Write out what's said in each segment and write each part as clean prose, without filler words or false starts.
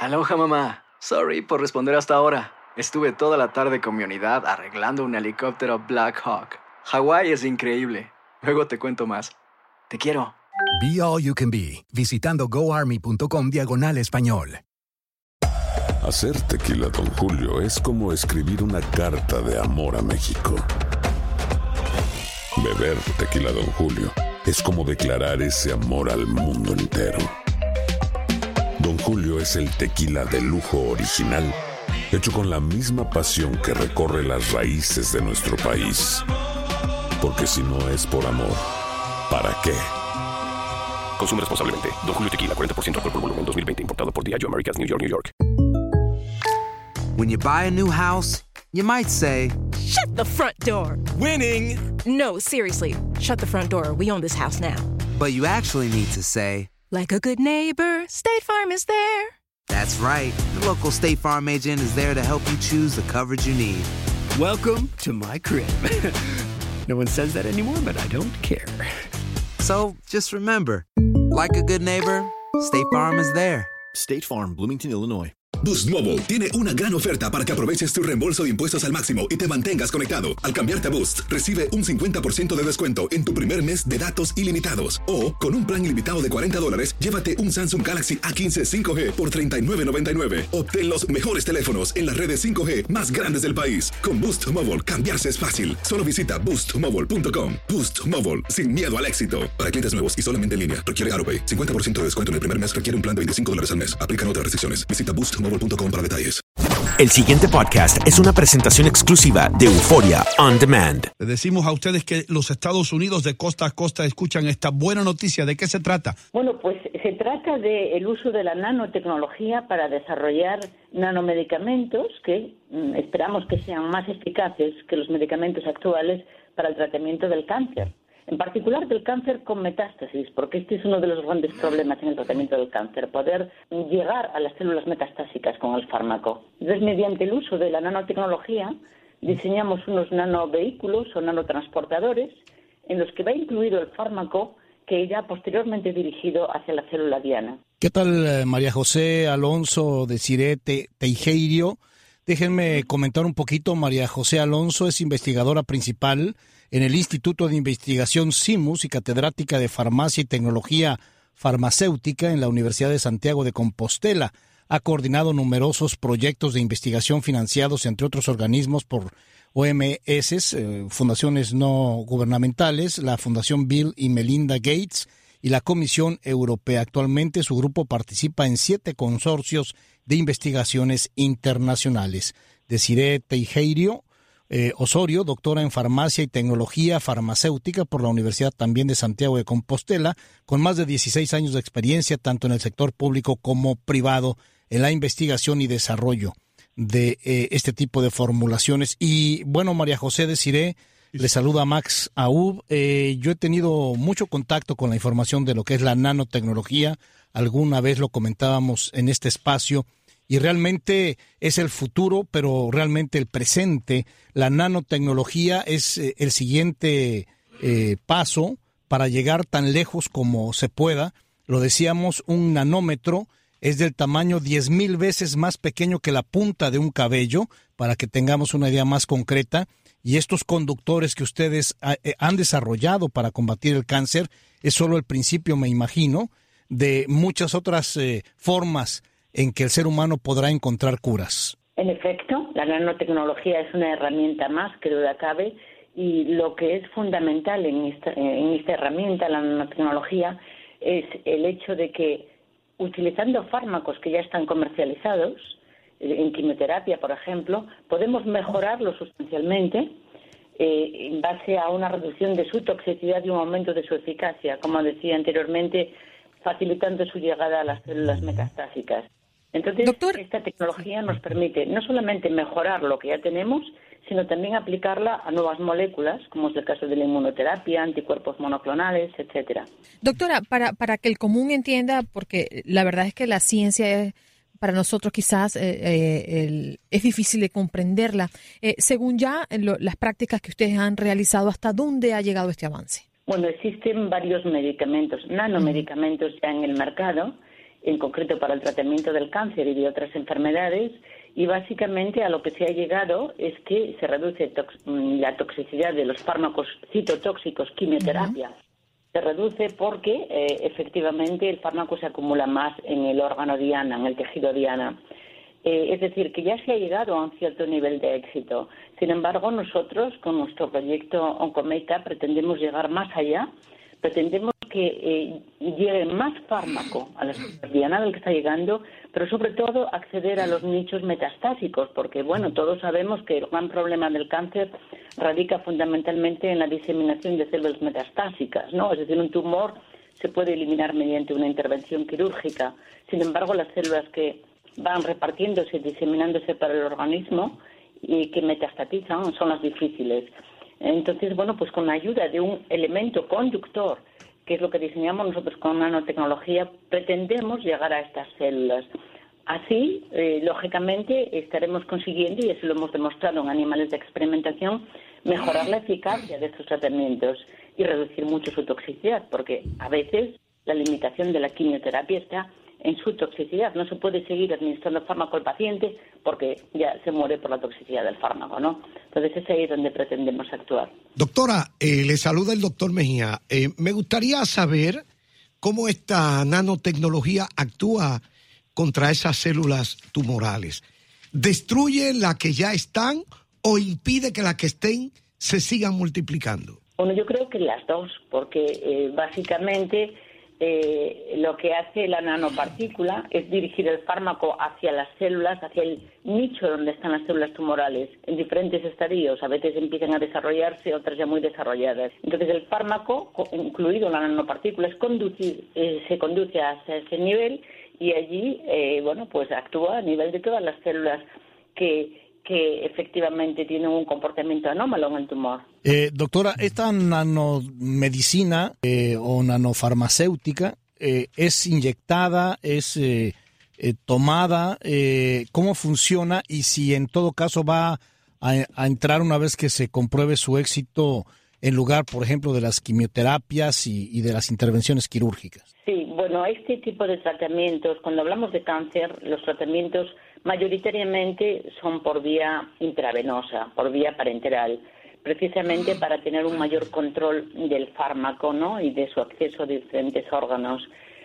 Aloha, mamá. Sorry por responder hasta ahora. Estuve toda la tarde con mi unidad arreglando un helicóptero Black Hawk. Hawái es increíble. Luego te cuento más. Te quiero. Be All You Can Be, visitando goarmy.com/español. Hacer tequila Don Julio es como escribir una carta de amor a México. Beber tequila Don Julio es como declarar ese amor al mundo entero. Don Julio es el tequila de lujo original, hecho con la misma pasión que recorre las raíces de nuestro país. Porque si no es por amor, ¿para qué? Consume responsablemente. Don Julio Tequila, 40% alcohol por volumen, 2020. Importado por Diageo Americas, New York, New York. When you buy a new house, you might say, "Shut the front door." Winning! No, seriously. Shut the front door. We own this house now. But you actually need to say, like a good neighbor, State Farm is there. That's right. The local State Farm agent is there to help you choose the coverage you need. Welcome to my crib. No one says that anymore, but I don't care. So, just remember, like a good neighbor, State Farm is there. State Farm, Bloomington, Illinois. Boost Mobile tiene una gran oferta para que aproveches tu reembolso de impuestos al máximo y te mantengas conectado. Al cambiarte a Boost, recibe un 50% de descuento en tu primer mes de datos ilimitados. O, con un plan ilimitado de $40, llévate un Samsung Galaxy A15 5G por $39.99. Obtén los mejores teléfonos en las redes 5G más grandes del país. Con Boost Mobile, cambiarse es fácil. Solo visita boostmobile.com. Boost Mobile, sin miedo al éxito. Para clientes nuevos y solamente en línea, requiere AutoPay. 50% de descuento en el primer mes requiere un plan de $25 al mes. Aplican otras restricciones. Visita boostmobile.com para detalles. El siguiente podcast es una presentación exclusiva de Euforia On Demand. Le decimos a ustedes que los Estados Unidos de costa a costa escuchan esta buena noticia. ¿De qué se trata? Bueno, pues se trata del uso de la nanotecnología para desarrollar nanomedicamentos que esperamos que sean más eficaces que los medicamentos actuales para el tratamiento del cáncer. En particular del cáncer con metástasis, porque este es uno de los grandes problemas en el tratamiento del cáncer, poder llegar a las células metastásicas con el fármaco. Entonces, mediante el uso de la nanotecnología, diseñamos unos nanovehículos o nanotransportadores en los que va incluido el fármaco que irá posteriormente dirigido hacia la célula diana. ¿Qué tal, María José Alonso Desiré Teijeiro? Déjenme comentar un poquito. María José Alonso es investigadora principal en el Instituto de Investigación CIMUS y catedrática de Farmacia y Tecnología Farmacéutica en la Universidad de Santiago de Compostela. Ha coordinado numerosos proyectos de investigación financiados, entre otros organismos, por OMS, fundaciones no gubernamentales, la Fundación Bill y Melinda Gates y la Comisión Europea. Actualmente su grupo participa en 7 consorcios de investigaciones internacionales. Desiré Teijeiro Osorio, doctora en Farmacia y Tecnología Farmacéutica por la Universidad también de Santiago de Compostela, con más de 16 años de experiencia tanto en el sector público como privado en la investigación y desarrollo de este tipo de formulaciones. Y bueno, María José Desiré, le saluda Max Aub. Yo he tenido mucho contacto con la información de lo que es la nanotecnología. Alguna vez lo comentábamos en este espacio. Y realmente es el futuro, pero realmente el presente. La nanotecnología es el siguiente paso para llegar tan lejos como se pueda. Lo decíamos, un nanómetro es del tamaño 10,000 veces más pequeño que la punta de un cabello, para que tengamos una idea más concreta. Y estos conductores que ustedes han desarrollado para combatir el cáncer es solo el principio, me imagino, de muchas otras formas en que el ser humano podrá encontrar curas. En efecto, la nanotecnología es una herramienta más, que duda cabe, y lo que es fundamental en esta herramienta, la nanotecnología, es el hecho de que utilizando fármacos que ya están comercializados, en quimioterapia, por ejemplo, podemos mejorarlo sustancialmente en base a una reducción de su toxicidad y un aumento de su eficacia, como decía anteriormente, facilitando su llegada a las células metastásicas. Entonces, doctor, esta tecnología nos permite no solamente mejorar lo que ya tenemos, sino también aplicarla a nuevas moléculas, como es el caso de la inmunoterapia, anticuerpos monoclonales, etcétera. Doctora, para que el común entienda, porque la verdad es que la ciencia es, para nosotros quizás es difícil de comprenderla. Según ya las prácticas que ustedes han realizado, ¿hasta dónde ha llegado este avance? Bueno, existen varios medicamentos, nanomedicamentos ya en el mercado, en concreto para el tratamiento del cáncer y de otras enfermedades, y básicamente a lo que se ha llegado es que se reduce la toxicidad de los fármacos citotóxicos, quimioterapia. Se reduce porque efectivamente el fármaco se acumula más en el órgano diana, en el tejido diana. Es decir, que ya se ha llegado a un cierto nivel de éxito. Sin embargo, nosotros, con nuestro proyecto Oncometa, pretendemos llegar más allá. Pretendemos que llegue más fármaco a la célula diana del que está llegando, pero sobre todo acceder a los nichos metastásicos, porque, bueno, todos sabemos que el gran problema del cáncer radica fundamentalmente en la diseminación de células metastásicas, ¿no? Es decir, un tumor se puede eliminar mediante una intervención quirúrgica. Sin embargo, las células que van repartiéndose, diseminándose para el organismo y que metastatizan son las difíciles. Entonces, bueno, pues con la ayuda de un elemento conductor, que es lo que diseñamos nosotros con nanotecnología, pretendemos llegar a estas células. Así, lógicamente, estaremos consiguiendo, y así lo hemos demostrado en animales de experimentación, mejorar la eficacia de estos tratamientos y reducir mucho su toxicidad, porque a veces la limitación de la quimioterapia está en su toxicidad. No se puede seguir administrando fármaco al paciente porque ya se muere por la toxicidad del fármaco, ¿no? Entonces es ahí donde pretendemos actuar. Doctora, le saluda el doctor Mejía. Me gustaría saber cómo esta nanotecnología actúa contra esas células tumorales. ¿Destruye las que ya están o impide que las que estén se sigan multiplicando? Bueno, yo creo que las dos, porque básicamente lo que hace la nanopartícula es dirigir el fármaco hacia las células, hacia el nicho donde están las células tumorales, en diferentes estadios. A veces empiezan a desarrollarse, otras ya muy desarrolladas. Entonces el fármaco, incluido la nanopartícula, se conduce hacia ese nivel y allí, bueno, pues actúa a nivel de todas las células que efectivamente tienen un comportamiento anómalo en el tumor. Doctora, esta nanomedicina o nanofarmacéutica es inyectada, es tomada, ¿cómo funciona? Y si en todo caso va a entrar una vez que se compruebe su éxito en lugar, por ejemplo, de las quimioterapias y de las intervenciones quirúrgicas. Sí, bueno, este tipo de tratamientos, cuando hablamos de cáncer, los tratamientos mayoritariamente son por vía intravenosa, por vía parenteral, precisamente para tener un mayor control del fármaco, ¿no? Y de su acceso a diferentes órganos.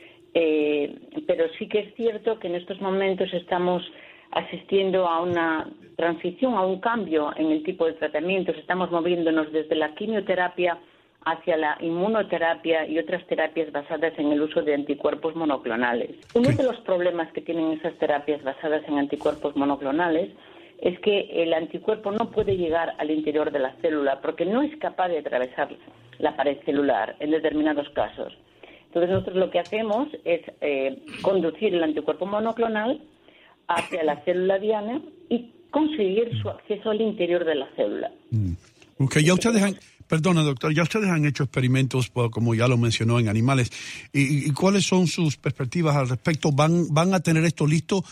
Pero sí que es cierto que en estos momentos estamos asistiendo a una transición, a un cambio en el tipo de tratamientos. Estamos moviéndonos desde la quimioterapia hacia la inmunoterapia y otras terapias basadas en el uso de anticuerpos monoclonales. Uno de los problemas que tienen esas terapias basadas en anticuerpos monoclonales es que el anticuerpo no puede llegar al interior de la célula porque no es capaz de atravesar la pared celular en determinados casos. Entonces nosotros lo que hacemos es conducir el anticuerpo monoclonal hacia la célula diana y conseguir su acceso al interior de la célula. Okay, ya ustedes han... Perdona, doctor, ya ustedes han hecho experimentos, como ya lo mencionó, en animales. ¿Y cuáles son sus perspectivas al respecto? ¿Van a tener esto listo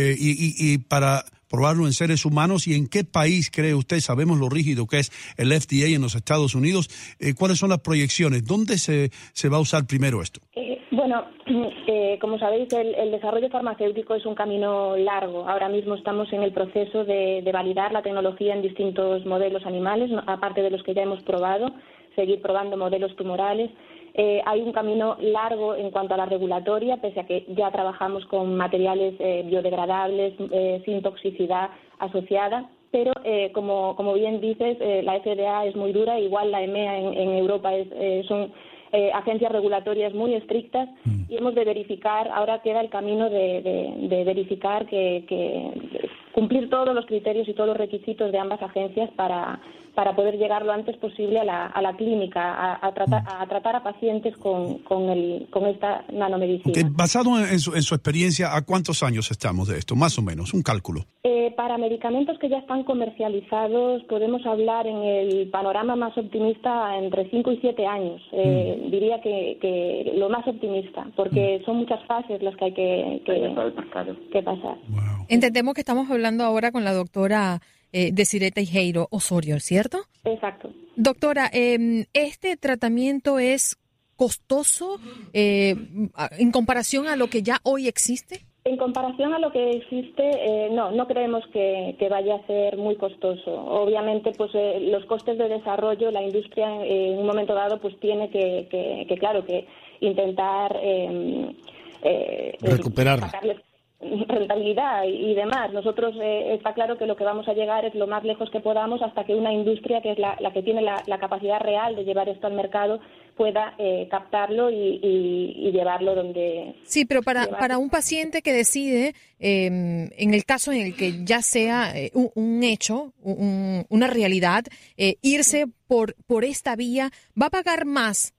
y para probarlo en seres humanos? ¿Y en qué país cree usted? Sabemos lo rígido que es el FDA en los Estados Unidos. ¿Cuáles son las proyecciones? ¿Dónde se va a usar primero esto? Bueno, como sabéis, el desarrollo farmacéutico es un camino largo. Ahora mismo estamos en el proceso de validar la tecnología en distintos modelos animales, aparte de los que ya hemos probado, seguir probando modelos tumorales. Hay un camino largo en cuanto a la regulatoria, pese a que ya trabajamos con materiales biodegradables, sin toxicidad asociada. Pero, como bien dices, la FDA es muy dura, igual la EMEA en Europa son agencias regulatorias muy estrictas y hemos de verificar, ahora queda el camino de verificar que cumplir todos los criterios y todos los requisitos de ambas agencias para poder llegar lo antes posible a la clínica, a tratar a pacientes con esta nanomedicina. Basado en su experiencia, ¿a cuántos años estamos de esto? Más o menos, un cálculo. Para medicamentos que ya están comercializados, podemos hablar en el panorama más optimista entre 5 y 7 años. Diría que lo más optimista, porque son muchas fases las que hay que pasar. Wow. Entendemos que estamos hablando ahora con la doctora Desiree Teijeiro Osorio, ¿cierto? Exacto. Doctora, ¿este tratamiento es costoso en comparación a lo que ya hoy existe? En comparación a lo que existe, no creemos que vaya a ser muy costoso. Obviamente, pues los costes de desarrollo, la industria en un momento dado, pues tiene que intentar recuperarla. Sacarle rentabilidad y demás. Nosotros está claro que lo que vamos a llegar es lo más lejos que podamos hasta que una industria que es la que tiene la capacidad real de llevar esto al mercado pueda captarlo y llevarlo donde... Sí, pero para un paciente que decide, en el caso en el que ya sea un hecho, una realidad, irse por esta vía, ¿va a pagar más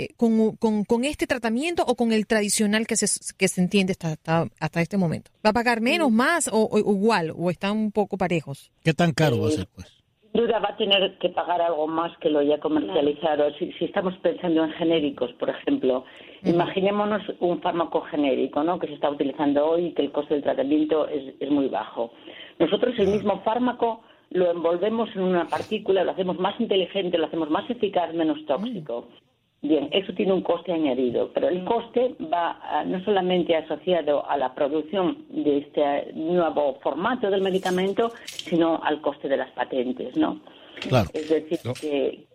con este tratamiento o con el tradicional que se entiende hasta este momento? ¿Va a pagar menos, más o igual, o están un poco parejos? ¿Qué tan caro va a ser, pues? Sin duda va a tener que pagar algo más que lo ya comercializado. Si estamos pensando en genéricos, por ejemplo, imaginémonos un fármaco genérico, ¿no?, que se está utilizando hoy y que el coste del tratamiento es muy bajo. Nosotros el mismo fármaco lo envolvemos en una partícula, lo hacemos más inteligente, lo hacemos más eficaz, menos tóxico. Bien, eso tiene un coste añadido, pero el coste va no solamente asociado a la producción de este nuevo formato del medicamento, sino al coste de las patentes, ¿no? Claro. Es decir, que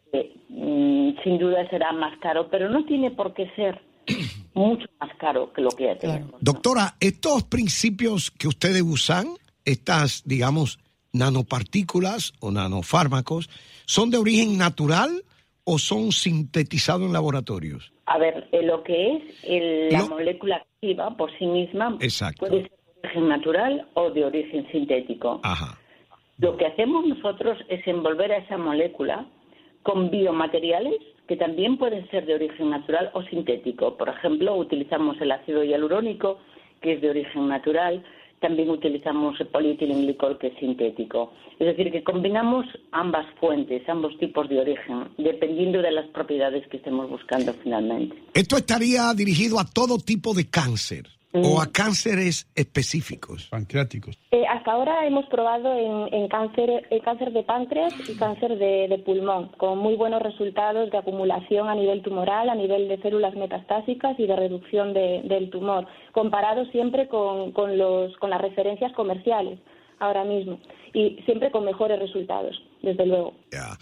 sin duda será más caro, pero no tiene por qué ser mucho más caro que lo que ya tenemos. Claro. Doctora, estos principios que ustedes usan, estas, digamos, nanopartículas o nanofármacos, ¿son de origen natural o son sintetizados en laboratorios? A ver, lo que es la molécula activa por sí misma puede ser de origen natural o de origen sintético. Ajá. Lo que hacemos nosotros es envolver a esa molécula con biomateriales que también pueden ser de origen natural o sintético. Por ejemplo, utilizamos el ácido hialurónico, que es de origen natural. También utilizamos el polietilenglicol, que es sintético. Es decir, que combinamos ambas fuentes, ambos tipos de origen, dependiendo de las propiedades que estemos buscando finalmente. ¿Esto estaría dirigido a todo tipo de cáncer o a cánceres específicos? Pancreáticos. Hasta ahora hemos probado en cáncer de páncreas y cáncer de pulmón, con muy buenos resultados de acumulación a nivel tumoral, a nivel de células metastásicas y de reducción del tumor, comparado siempre con las referencias comerciales ahora mismo, y siempre con mejores resultados, desde luego.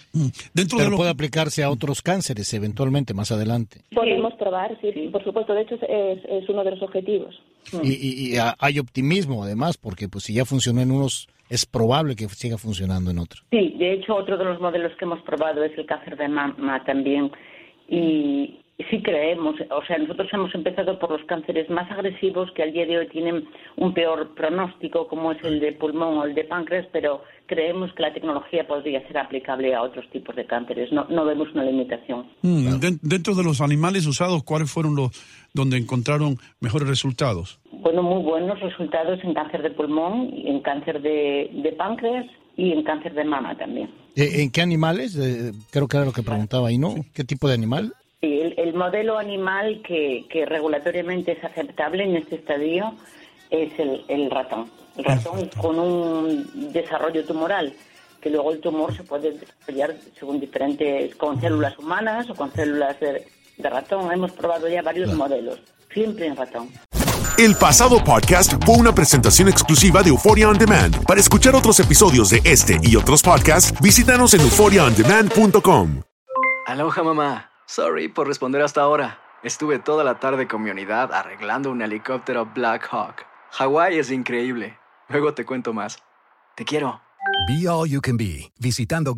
Pero puede aplicarse a otros cánceres eventualmente más adelante. Podemos probar, sí, por supuesto. De hecho, es uno de los objetivos. Y hay optimismo, además, porque pues si ya funcionó en unos, es probable que siga funcionando en otros. Sí, de hecho, otro de los modelos que hemos probado es el cáncer de mama también. Y sí creemos, o sea, nosotros hemos empezado por los cánceres más agresivos que al día de hoy tienen un peor pronóstico, como es el de pulmón o el de páncreas, pero creemos que la tecnología podría ser aplicable a otros tipos de cánceres. No vemos una limitación. Dentro de los animales usados, ¿cuáles fueron los donde encontraron mejores resultados? Bueno, muy buenos resultados en cáncer de pulmón, en cáncer de páncreas y en cáncer de mama también. ¿En qué animales? Creo que era lo que preguntaba ahí, ¿no? ¿Qué tipo de animal? Sí, el modelo animal que regulatoriamente es aceptable en este estadio es el ratón. El ratón con un desarrollo tumoral, que luego el tumor se puede desarrollar según diferentes, con células humanas o con células de ratón. Hemos probado ya varios modelos, siempre en ratón. El pasado podcast fue una presentación exclusiva de Euphoria On Demand. Para escuchar otros episodios de este y otros podcasts, visítanos en euphoriaondemand.com. Aloha, mamá. Sorry por responder hasta ahora. Estuve toda la tarde con mi unidad arreglando un helicóptero Black Hawk. Hawái es increíble. Luego te cuento más. Te quiero. Be All You Can Be, visitando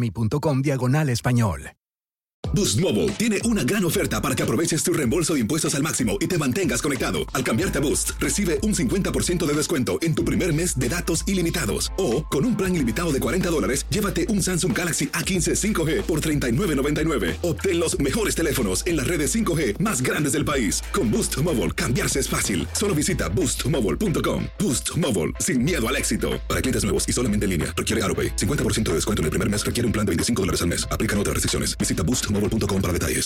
goarmy.com/español. Boost Mobile tiene una gran oferta para que aproveches tu reembolso de impuestos al máximo y te mantengas conectado. Al cambiarte a Boost, recibe un 50% de descuento en tu primer mes de datos ilimitados. O, con un plan ilimitado de $40, llévate un Samsung Galaxy A15 5G por $39.99. Obtén los mejores teléfonos en las redes 5G más grandes del país. Con Boost Mobile, cambiarse es fácil. Solo visita boostmobile.com. Boost Mobile, sin miedo al éxito. Para clientes nuevos y solamente en línea, requiere AutoPay. 50% de descuento en el primer mes requiere un plan de $25 al mes. Aplican otras restricciones. Visita boostmobile.com para detalles.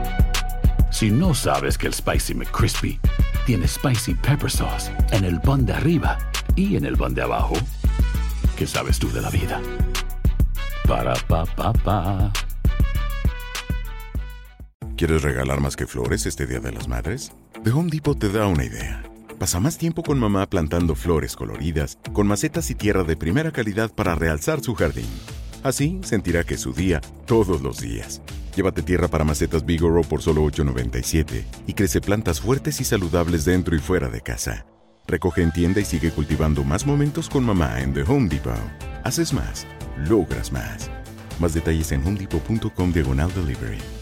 Si no sabes que el Spicy McCrispy tiene Spicy Pepper Sauce en el pan de arriba y en el pan de abajo, ¿qué sabes tú de la vida? Para, pa, pa, pa. ¿Quieres regalar más que flores este Día de las Madres? The Home Depot te da una idea. Pasa más tiempo con mamá plantando flores coloridas, con macetas y tierra de primera calidad para realzar su jardín. Así sentirá que es su día todos los días. Llévate tierra para macetas Vigoro por solo $8.97 y crece plantas fuertes y saludables dentro y fuera de casa. Recoge en tienda y sigue cultivando más momentos con mamá en The Home Depot. Haces más, logras más. Más detalles en homedepot.com/delivery.